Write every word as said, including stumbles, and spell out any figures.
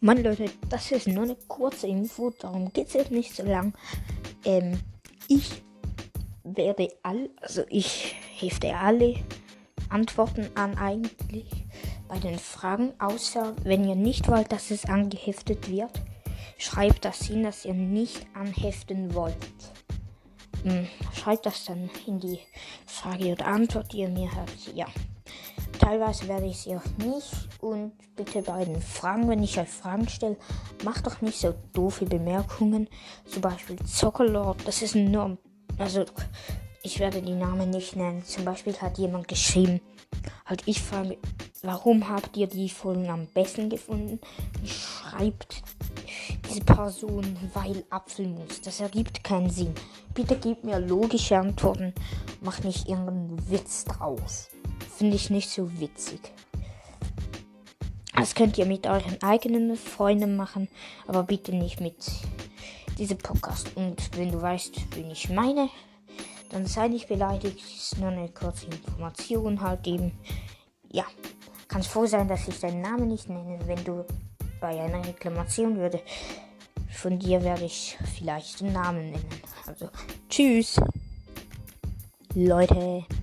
Mann, Leute, das ist nur eine kurze Info, darum geht es jetzt nicht so lang. Ähm, ich werde all, also ich hefte alle Antworten an eigentlich bei den Fragen, außer wenn ihr nicht wollt, dass es angeheftet wird, schreibt das hin, dass ihr nicht anheften wollt. Hm, schreibt das dann in die Frage oder Antwort, die ihr mir habt. Ja. Teilweise werde ich sie auch nicht. Und bitte bei den Fragen, wenn ich euch Fragen stelle, macht doch nicht so doofe Bemerkungen. Zum Beispiel Zockerlord, das ist nur, also ich werde die Namen nicht nennen. Zum Beispiel hat jemand geschrieben, halt ich frage, warum habt ihr die Folgen am besten gefunden? Schreibt diese Person, weil Apfelmus. Das ergibt keinen Sinn. Bitte gebt mir logische Antworten, macht nicht irgendeinen Witz draus. Finde ich nicht so witzig. Das könnt ihr mit euren eigenen Freunden machen, aber bitte nicht mit diesem Podcast. Und wenn du weißt, wen ich meine, dann sei nicht beleidigt. Das ist nur eine kurze Information halt eben. Ja, kann es froh sein, dass ich deinen Namen nicht nenne. Wenn du bei einer Reklamation würde, von dir werde ich vielleicht den Namen nennen. Also, tschüss, Leute.